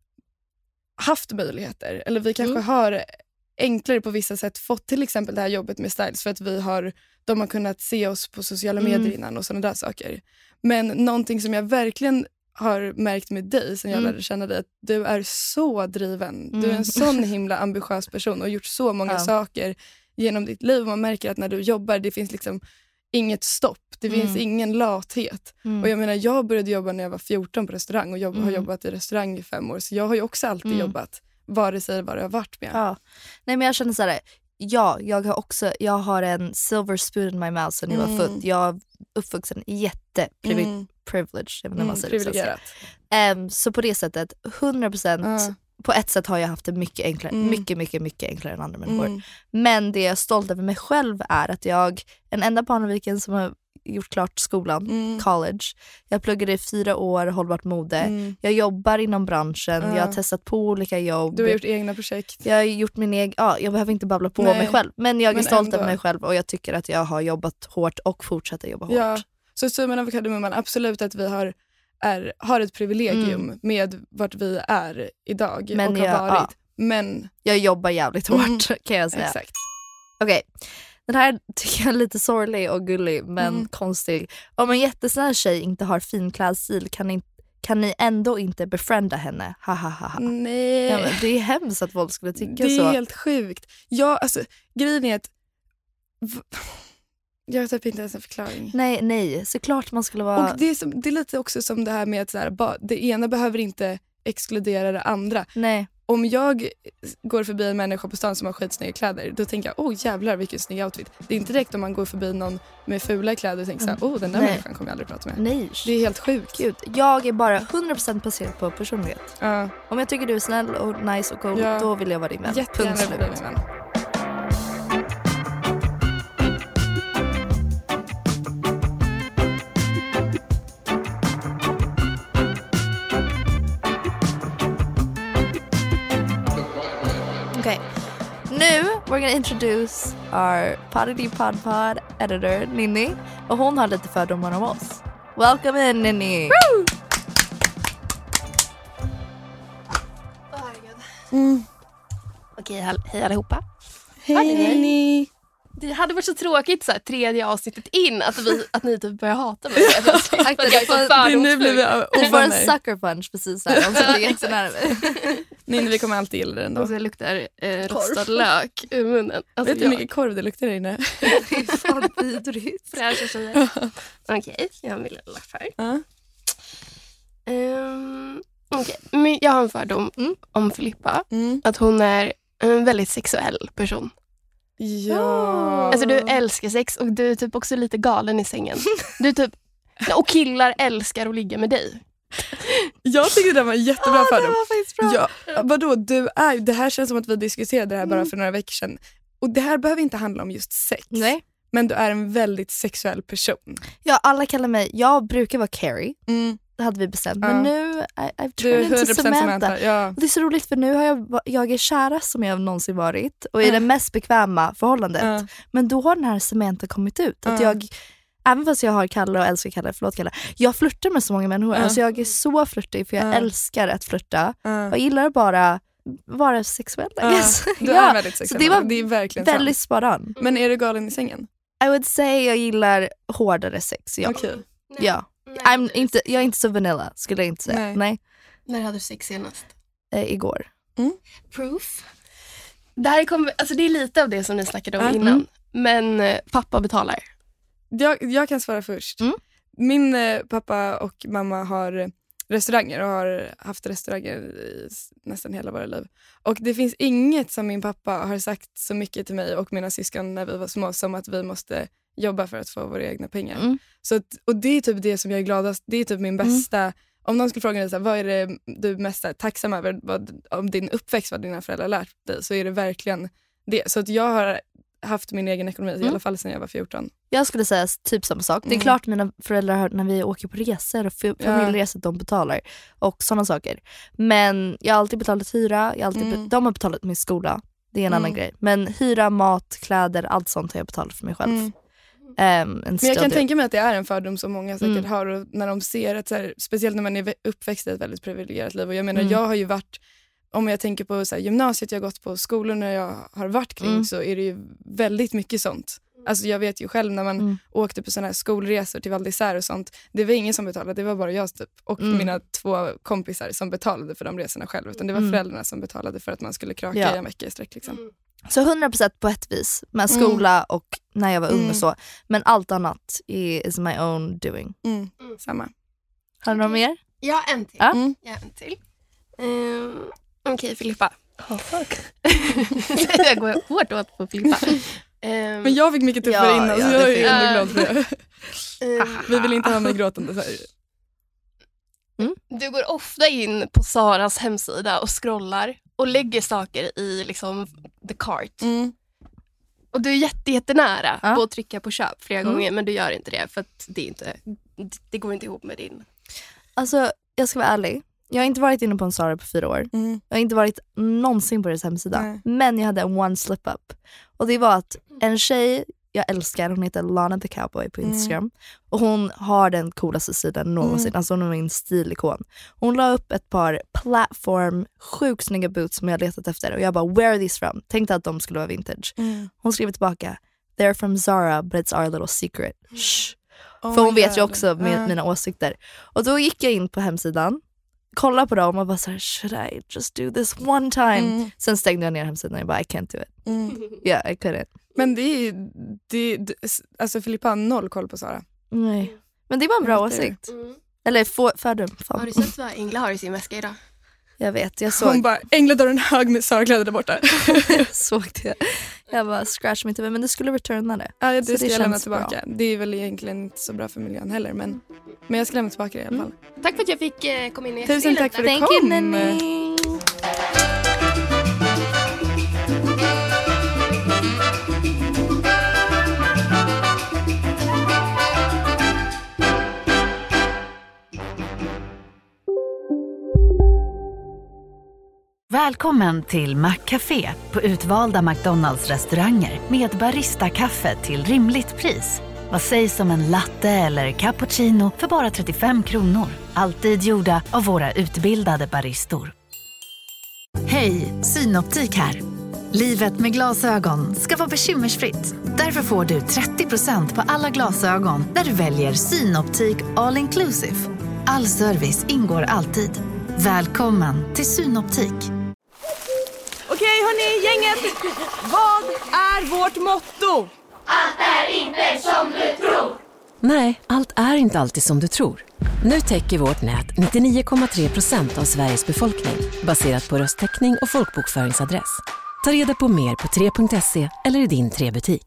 haft möjligheter. Eller vi kanske
Mm.
har enklare på vissa sätt fått till exempel det här jobbet med Styles för att vi har, de har kunnat se oss på sociala medier
Mm.
innan och sådana där saker. Men någonting som jag verkligen har märkt med dig sen jag
Mm.
lärde känna dig, att du är så driven. Du är
Mm.
en sån himla ambitiös person och har gjort så många
Ja.
saker genom ditt liv. Man märker att när du jobbar, det finns liksom inget stopp. Det finns
Mm.
ingen lathet.
Mm.
Och jag menar, jag började jobba när jag var fjorton på restaurang och jobb, har
Mm.
jobbat i restaurang i fem år. Så jag har ju också alltid
Mm.
jobbat, vare sig vad det har varit med.
Ja. Nej men jag känner så här. Ja, jag har också, jag har en silver spoon in my mouth sen jag var
Mm.
född. Jag är uppvuxen jätteprivileged,
Mm.
privileged, jag vet inte
Mm,
vad man säger på svenska.
privilegierat.
Ehm, så på det sättet, hundra procent
Ja.
på ett sätt har jag haft det mycket enklare,
Mm.
mycket, mycket, mycket enklare än andra människor.
Mm.
Men det jag är stolt över mig själv är att jag, en enda Parneviken som har gjort klart skolan,
Mm.
college. Jag pluggade i fyra år, hållbart mode.
Mm.
Jag jobbar inom branschen,
Ja.
jag har testat på olika jobb.
Du har gjort egna projekt.
Jag har gjort min egen, ja, jag behöver inte babbla på
Nej.
mig själv. Men jag är
Men
stolt
ändå.
över mig själv och jag tycker att jag har jobbat hårt och fortsätter jobba hårt.
Ja. Så summan av kardemumman, absolut att vi har, är, har ett privilegium
Mm.
med vart vi är idag
Men
och har
jag-
varit.
ja.
Men
Jag jobbar jävligt hårt
Mm.
kan jag säga.
exakt.
Okej, den här tycker jag är lite sorglig och gullig men
Mm.
konstig. Om en jättesnäll tjej inte har fin klädstil kan ni, kan ni ändå inte befrienda henne. Ha, ha, ha, ha.
Nej.
Ja, men det är hemskt att folk skulle tycka
Det är
så.
helt sjukt. Ja, alltså, grejen är att v- jag har typ inte ens en förklaring.
Nej, nej, såklart man skulle vara...
Och det är, som, det är lite också som det här med att så här, ba, det ena behöver inte exkludera det andra.
Nej.
Om jag går förbi en människa på stan som har skitsnygga kläder, då tänker jag, oh jävlar vilken snygg outfit. Det är inte direkt om man går förbi någon med fula kläder och tänker så här, oh den där
Nej.
människan kommer jag aldrig prata med.
Nej.
Det är helt sjukt.
Gud, jag är bara hundra procent baserad på personlighet.
Ja,
Om jag tycker du är snäll och nice och cool,
Ja.
då vill jag vara din vän.
jättegärna
Punkt
för dig
slut.
min vän.
Okay. Nu, we're gonna introduce our Poddy Pod Pod editor, Ninni. Och hon har lite fördomar om oss. Welcome in, Ninni!
Mm.
Okej, hall- hej allihopa.
Hej Ninni!
Det hade varit så tråkigt så här, tredje avsnittet in att, vi, att ni typ börjar hata mig. För att jag är så
Det är nu blir vi
fördomsfull.
Du får en
ovänner.
sucker punch precis där. De sitter jättenära mig.
Ninni, vi kommer alltid gilla det ändå.
Och så luktar eh, rostad lök ur munnen. Alltså,
Vet du hur mycket korv det luktar där inne?
Det är fan vidrigt.
fräscha tjejer. Okej, jag har min lilla färg.
Ja.
Um, okay. Men jag har en fördom
Mm.
om Filippa.
Mm.
Att hon är en väldigt sexuell person.
Ja.
Alltså du älskar sex och du är typ också lite galen i sängen. Du är typ, och killar älskar att ligga med dig.
Jag tycker det var en jättebra
Ah, det
fördom.
var faktiskt bra.
Ja, vadå, du är, det här känns som att vi diskuterade det här bara för några veckor sedan. Och det här behöver inte handla om just sex.
Nej.
Men du är en väldigt sexuell person.
Ja, alla kallar mig, jag brukar vara Carrie.
Mm.
hade vi bestämt.
Ja.
Men nu, I, I've
Du är
turned into
hundra procent
Samantha.
Samantha. Ja.
Och det är så roligt för nu har jag, jag är kärast som jag någonsin varit. Och i
Ja.
det mest bekväma förhållandet.
Ja.
Men då har den här Samantha kommit ut. Att
Ja.
jag, även fast jag har Kalle och älskar Kalle, förlåt Kalle. Jag flörtar med så många människor.
Ja.
Alltså jag är så flörtig för jag
Ja.
älskar att flörta.
Ja.
Jag gillar bara vara sexuell. I
Ja.
guess.
Du
Ja.
är väldigt sexuell.
Så det var
det är verkligen
väldigt
sant.
spot on.
Men är du galen i sängen?
I would say jag gillar hårdare sex. Ja.
Okej.
Ja. I'm inte, jag är inte så vanilla skulle jag inte säga.
Nej.
Nej.
När hade du sex senast?
Eh, igår.
Proof. Det här kommer, alltså det är lite av det som ni snackade om
Mm.
innan. Men eh, pappa betalar.
Jag, jag kan svara först.
Mm.
Min eh, pappa och mamma har restauranger och har haft restauranger i s- nästan hela våra liv. Och det finns inget som min pappa har sagt så mycket till mig och mina syskon när vi var små som att vi måste jobba för att få våra egna pengar.
Mm.
Så att, och det är typ det som jag är gladast, det är typ min bästa, om någon skulle fråga dig så här, vad är det du är mest tacksam över vad, om din uppväxt, vad dina föräldrar lärt dig, så är det verkligen det. Så att jag har haft min egen ekonomi
Mm.
i alla fall sedan jag var fjorton.
Jag skulle säga typ samma sak. Det är
Mm.
klart mina föräldrar har, när vi åker på resor och f- familjeresor, de betalar. Och sådana saker. Men jag har alltid betalat hyra. Jag har alltid
Mm.
be- de har betalat min skola. Det är en
Mm.
annan grej. Men hyra, mat, kläder, allt sånt har jag betalat för mig själv.
Mm.
Um,
Men jag kan tänka mig att det är en fördom som många säkert
Mm.
har och när de ser att så här, speciellt när man är uppväxt i ett väldigt privilegierat liv. Och jag menar,
Mm.
jag har ju varit, om jag tänker på så här, gymnasiet jag har gått på, skolor när jag har varit kring,
Mm.
så är det ju väldigt mycket sånt. Alltså jag vet ju själv när man
Mm.
åkte på såna här skolresor till Val d'Isère och sånt, det var ingen som betalade, det var bara jag typ och
Mm.
mina två kompisar som betalade för de resorna själv, utan det var
Mm.
föräldrarna som betalade för att man skulle kraka
Ja.
i en vecka i sträck liksom.
Så hundra procent på ett vis. Med skola och när jag var ung
Mm.
och så. Men allt annat är, is my own doing.
Mm. Samma.
Har du något mer?
Jag har en till.
Ja.
Mm.
Jag har en till. Um, Okej, Filippa. Oh, fuck. jag går hårt åt på Filippa. Um,
Men jag fick mycket tuffare
Ja,
innan,
ja,
så jag
det
är ändå
fick-
glad för det.
um,
Vi vill inte ha mig gråtande så här.
Du går ofta in på Saras hemsida och scrollar och lägger saker i liksom the cart.
Mm.
Och du är jätte, jättenära
Ja.
på att trycka på köp flera
Mm.
gånger, men du gör inte det för att det, är inte, det går inte ihop med din.
Alltså, jag ska vara ärlig. Jag har inte varit inne på en Zara på fyra år.
Mm.
Jag har inte varit någonsin på deras hemsida.
Nej.
Men jag hade en one slip up. Och det var att en tjej jag älskar, hon heter Lana the Cowboy på Instagram. Och hon har den coolaste sidan någonsin.
Mm.
Alltså hon är min stilikon. Hon la upp ett par platform, sjukt snygga boots som jag letat efter. Och jag bara, where are these from? Tänkte att de skulle vara vintage.
Mm.
Hon skrev tillbaka, they're from Zara but it's our little secret. Shh.
Oh
För hon
my
vet ju
God.
också med
Ja.
mina åsikter. Och då gick jag in på hemsidan, kollade på dem och bara såhär, should I just do this one time?
Mm.
Sen stängde jag ner hemsidan och jag bara, I can't do it.
Mm.
Yeah, I couldn't.
Men det är ju, det, det, alltså Filippa har noll koll på Sara.
Nej. Men det var en bra
Jag vet det.
åsikt. Eller få- fördom. Fan.
Har du sett vad Engla har i sin väska idag?
Jag vet, jag
Hon
såg,
bara, Engla drar en hög med Sara-kläder där borta.
såg det. Jag bara, scratch mitt huvud, men det skulle returna det.
Ja,
Så
det
det
ska jag lämna
känns bra.
tillbaka. Det är väl egentligen inte så bra för miljön heller, men, men jag ska lämna tillbaka det i alla fall.
Tack för att jag fick eh, komma in i
Tusen tack för att du
Thank you,
kom.
Nenny.
Välkommen till Maccafé på utvalda McDonalds restauranger med Baristakaffe till rimligt pris. Vad sägs om en latte eller cappuccino för bara trettiofem kronor? Alltid gjorda av våra utbildade baristor. Hej, Synoptik här. Livet med glasögon ska vara bekymmersfritt. Därför får du trettio procent på alla glasögon när du väljer Synoptik All Inclusive. All service ingår alltid. Välkommen till Synoptik.
Okej hörni, gänget. Vad är vårt motto?
Nej, allt är inte alltid som du tror. Nu täcker vårt nät nittionio komma tre procent av Sveriges befolkning baserat på röstteckning och folkbokföringsadress. Ta reda på mer på tre punkt se eller i din tre-butik.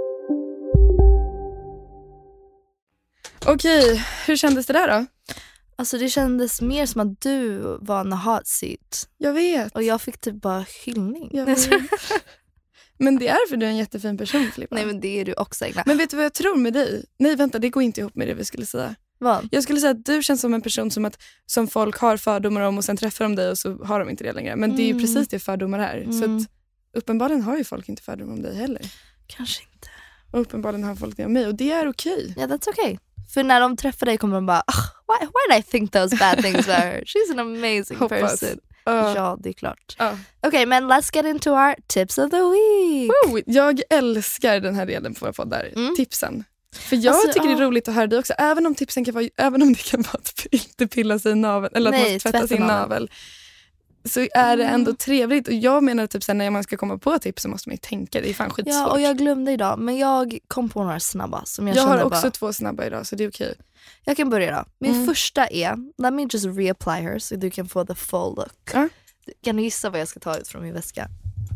Okej, hur kändes det där då?
Alltså det kändes mer som att du var en hot seat.
Jag vet.
Och jag fick typ bara hyllning.
Jag vet. Men det är för du är en jättefin person, Filippa.
Nej men det är du också, Engla.
Men vet du vad jag tror med dig? Nej vänta, det går inte ihop med det vi skulle säga.
Vad?
Jag skulle säga att du känns som en person som, att, som folk har fördomar om och sen träffar de dig och så har de inte det längre. Men mm. det är ju precis det fördomar är. Mm. Så att, uppenbarligen har ju folk inte fördomar om dig heller.
Kanske inte.
Och uppenbarligen har folk det om mig och det är okej.
Ja, yeah, that's okay. För när de träffar dig kommer de bara, oh, why, why did I think those bad things about her? She's an amazing
Hoppas.
person. Uh. Ja, det är klart.
Uh.
Okej, okay, men let's get into our tips of the week.
Woo, jag älskar den här delen på våra poddar. Mm. Tipsen. För jag
alltså,
tycker
uh.
det är roligt att höra dig också. Även om tipsen kan vara, även om det kan vara att inte pilla sig i naveln. Eller
Nej,
att man måste tvätta sin navel. Så är det ändå trevligt. Och jag menar typ sen när man ska komma på tips så måste man ju tänka. Det är fan skitsvårt.
Ja, och jag glömde idag. Men jag kom på några snabba som jag
Jag
kände
har också
bara...
två snabba idag så det är okej.
Jag kan börja då. Min
Mm.
första är, let me just reapply her så du kan få the full look.
Uh.
Kan du gissa vad jag ska ta ut från min väska?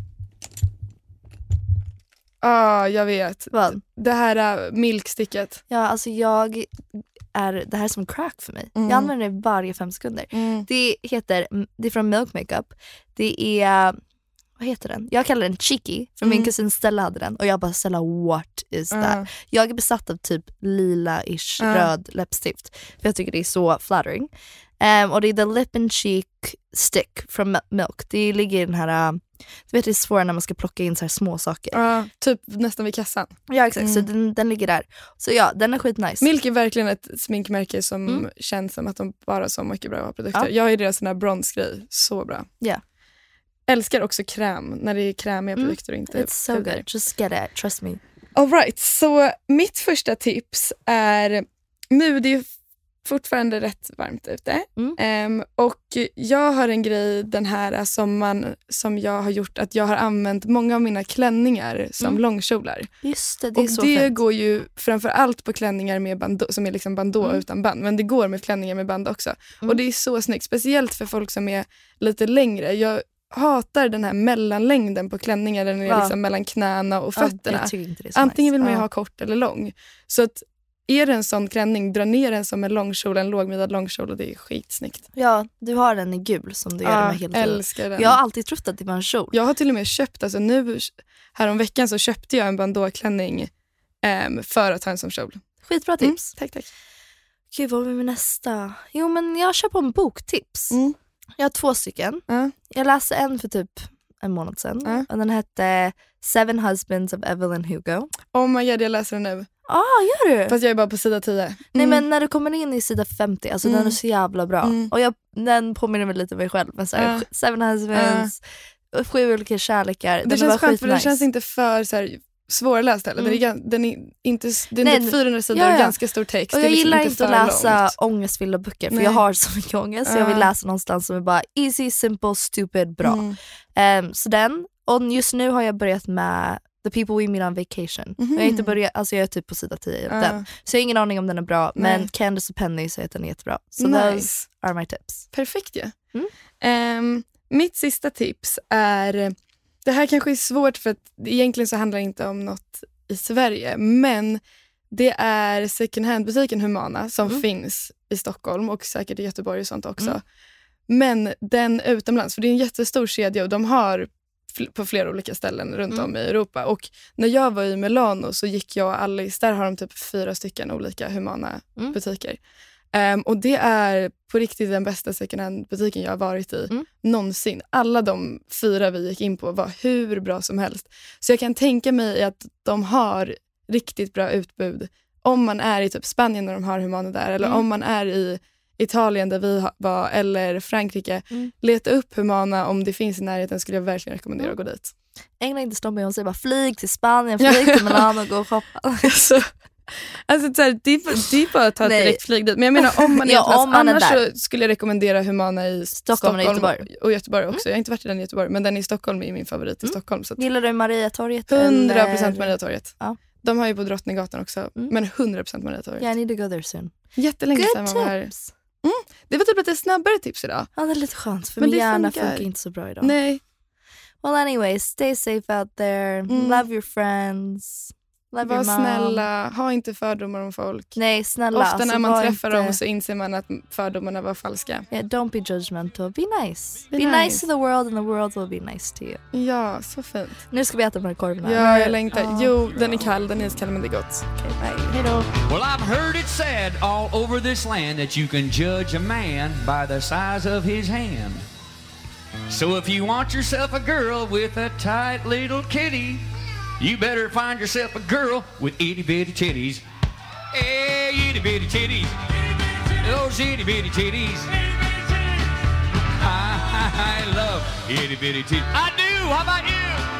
Ja, ah, jag vet.
Vad?
Det här uh, milksticket.
Ja, alltså jag är, det här är som crack för mig.
Mm.
Jag använder det varje fem sekunder.
Mm.
Det heter, det är från Milk Makeup. Det är, vad heter den? Jag kallar den Cheeky, för
Mm.
min kusin Stella hade den. Och jag bara, Stella, what is that?
Uh.
Jag är besatt av typ lila-ish
Uh.
röd läppstift. För jag tycker det är så flattering. Um, och det är The Lip and Cheek Stick från Milk. Det ligger i den här, uh, du vet det är svårt när man ska plocka in så här små saker.
Ja, typ nästan vid kassan.
Ja, exakt.
Mm.
Så den, den ligger där. Så ja, den är skitnice.
Milk är verkligen ett sminkmärke som
Mm.
känns som att de bara har så mycket bra produkter.
Ja.
Jag har ju deras sån här bronsgrej. Så bra.
Ja.
Älskar också kräm när det är krämiga
Mm.
produkter och inte
It's so good. Just get it. Trust me.
All right, så mitt första tips är, nu det är ju fortfarande rätt varmt ute.
Mm.
Um, och jag har en grej den här som, man, som jag har gjort att jag har använt många av mina klänningar som
Mm.
långkjolar.
Just det, det är
och
så
det
fint.
går ju framför allt på klänningar med bando, som är liksom bandå
Mm.
utan band. Men det går med klänningar med band också.
Mm.
Och det är så snyggt, speciellt för folk som är lite längre. Jag hatar den här mellanlängden på klänningar, den är
Ja.
liksom mellan knäna och
Ja,
fötterna.
jag tycker inte det är så
Antingen
nice.
vill man ju
Ja.
ha kort eller lång. Så att är det en sån klänning, dra ner den som en långkjol, en lågmidjad långkjol och det är skitsnyggt.
Ja, du har den i gul som du gör
Ja,
med hela tiden.
älskar den.
Jag har alltid trott att det var en kjol.
Jag har till och med köpt, alltså nu här om veckan så köpte jag en bandåklänning um, för att ha en som kjol.
Skitbra tips.
Mm, tack, tack.
Gud, vad var min nästa? Jo, men jag kör på en boktips.
Mm.
Jag har två stycken.
Uh.
Jag läste en för typ en månad sedan.
Uh.
Och den hette Seven Husbands of Evelyn Hugo.
Oh my god, jag läser den nu.
Ja, ah, gör du?
Fast jag är bara på sida tio. Mm.
Nej, men när du kommer in i sida femtio, alltså
Mm.
den är så jävla bra.
Mm.
Och jag, den påminner mig lite om mig själv. Men så här,
Uh.
Seven Husbands, uh. sju olika kärlekar. Den
Det
var
känns skönt för
skitnice.
den känns inte för så här, svårläst heller.
Mm.
Den är, gan- den är inte, den
Nej,
är fyrahundra sidor
ja, ja.
och ganska stor text.
Och
Det är
jag
liksom
gillar inte att
för
läsa
långt.
ångestfyllda böcker för
Nej.
jag har så mycket ångest. Så jag vill
Uh.
läsa någonstans som är bara easy, simple, stupid, bra.
Mm.
Um, så den. Och just nu har jag börjat med The People We Meet on Vacation.
Mhm.
Jag, har inte börjat, alltså jag är typ på sida tio av
Uh.
den. Så jag har ingen aning om den är bra.
Nej.
Men Candace och Penny säger att den är jättebra. Så
Nice.
those are my tips.
Perfekt ju. Ja.
Mm.
Ehm, mitt sista tips är, det här kanske är svårt för att egentligen så handlar det inte om något i Sverige, men det är second hand-butiken Humana som
Mm.
finns i Stockholm och säkert i Göteborg och sånt också.
Mm.
Men den utomlands, för det är en jättestor kedja och de har fl- på flera olika ställen runt
Mm.
om i Europa. Och när jag var i Milano så gick jag och Alice, där har de typ fyra stycken olika
Mm.
Humana-butiker. Um, och det är på riktigt den bästa second hand-butiken jag har varit i
Mm.
någonsin. Alla de fyra vi gick in på var hur bra som helst. Så jag kan tänka mig att de har riktigt bra utbud om man är i typ Spanien när de har Humana där, eller
Mm.
om man är i Italien där vi ha- var, eller Frankrike.
Mm.
Leta upp Humana om det finns i närheten, skulle jag verkligen rekommendera att gå dit.
England inte stoppar mig och säger bara flyg till Spanien, flyg till Milano och gå och shoppa.
Alltså, alltså så här, det, är, det är bara att ta ett
Nej.
direkt flyg dit. Men jag menar om man är
Ja,
utomlands,
om man är
annars
där.
så skulle jag rekommendera Humana i
Stockholm
Stockholm,
och Göteborg.
och Göteborg också. Jag har inte varit i den i Göteborg, men den i Stockholm är min favorit i
Mm.
Stockholm. Så att
Gillar du Mariatorget?
hundra procent
eller-
Mariatorget.
Ja.
De har ju på Drottninggatan också,
Mm.
men hundra procent Mariatorget.
Yeah, I need to go there soon.
Jättelänge sedan
Good
man var här.
tips.
Mm. Det var typ lite snabbare tips idag.
Ja, det är lite skönt för
Men
min
det
hjärna
funkar.
funkar inte så bra idag.
Nej.
Well anyway, stay safe out there.
Mm.
Love your friends. Love
Var
your mom.
snälla, ha inte fördomar om folk.
Nej, snälla.
Ofta
alltså,
när man
var
träffar
inte...
dem så inser man att fördomarna var falska.
Yeah, don't be judgmental. Be nice.
Be
Be,
nice.
nice to the world and the world will be nice to you.
Ja, så fint.
Nu ska vi äta de här korvarna.
Ja, jag längtar.
Ja.
Jo, den är kall, den är iskall, men det är gott.
Okej, bye. Hej då.
Well, I've heard it said all over this land that you can judge a man by the size of his hand. So if you want yourself a girl with a tight little kitty, you better find yourself a girl with itty bitty titties. Hey, itty bitty titties. Those itty bitty titties. I, I, I love itty bitty titties. I do. How about you?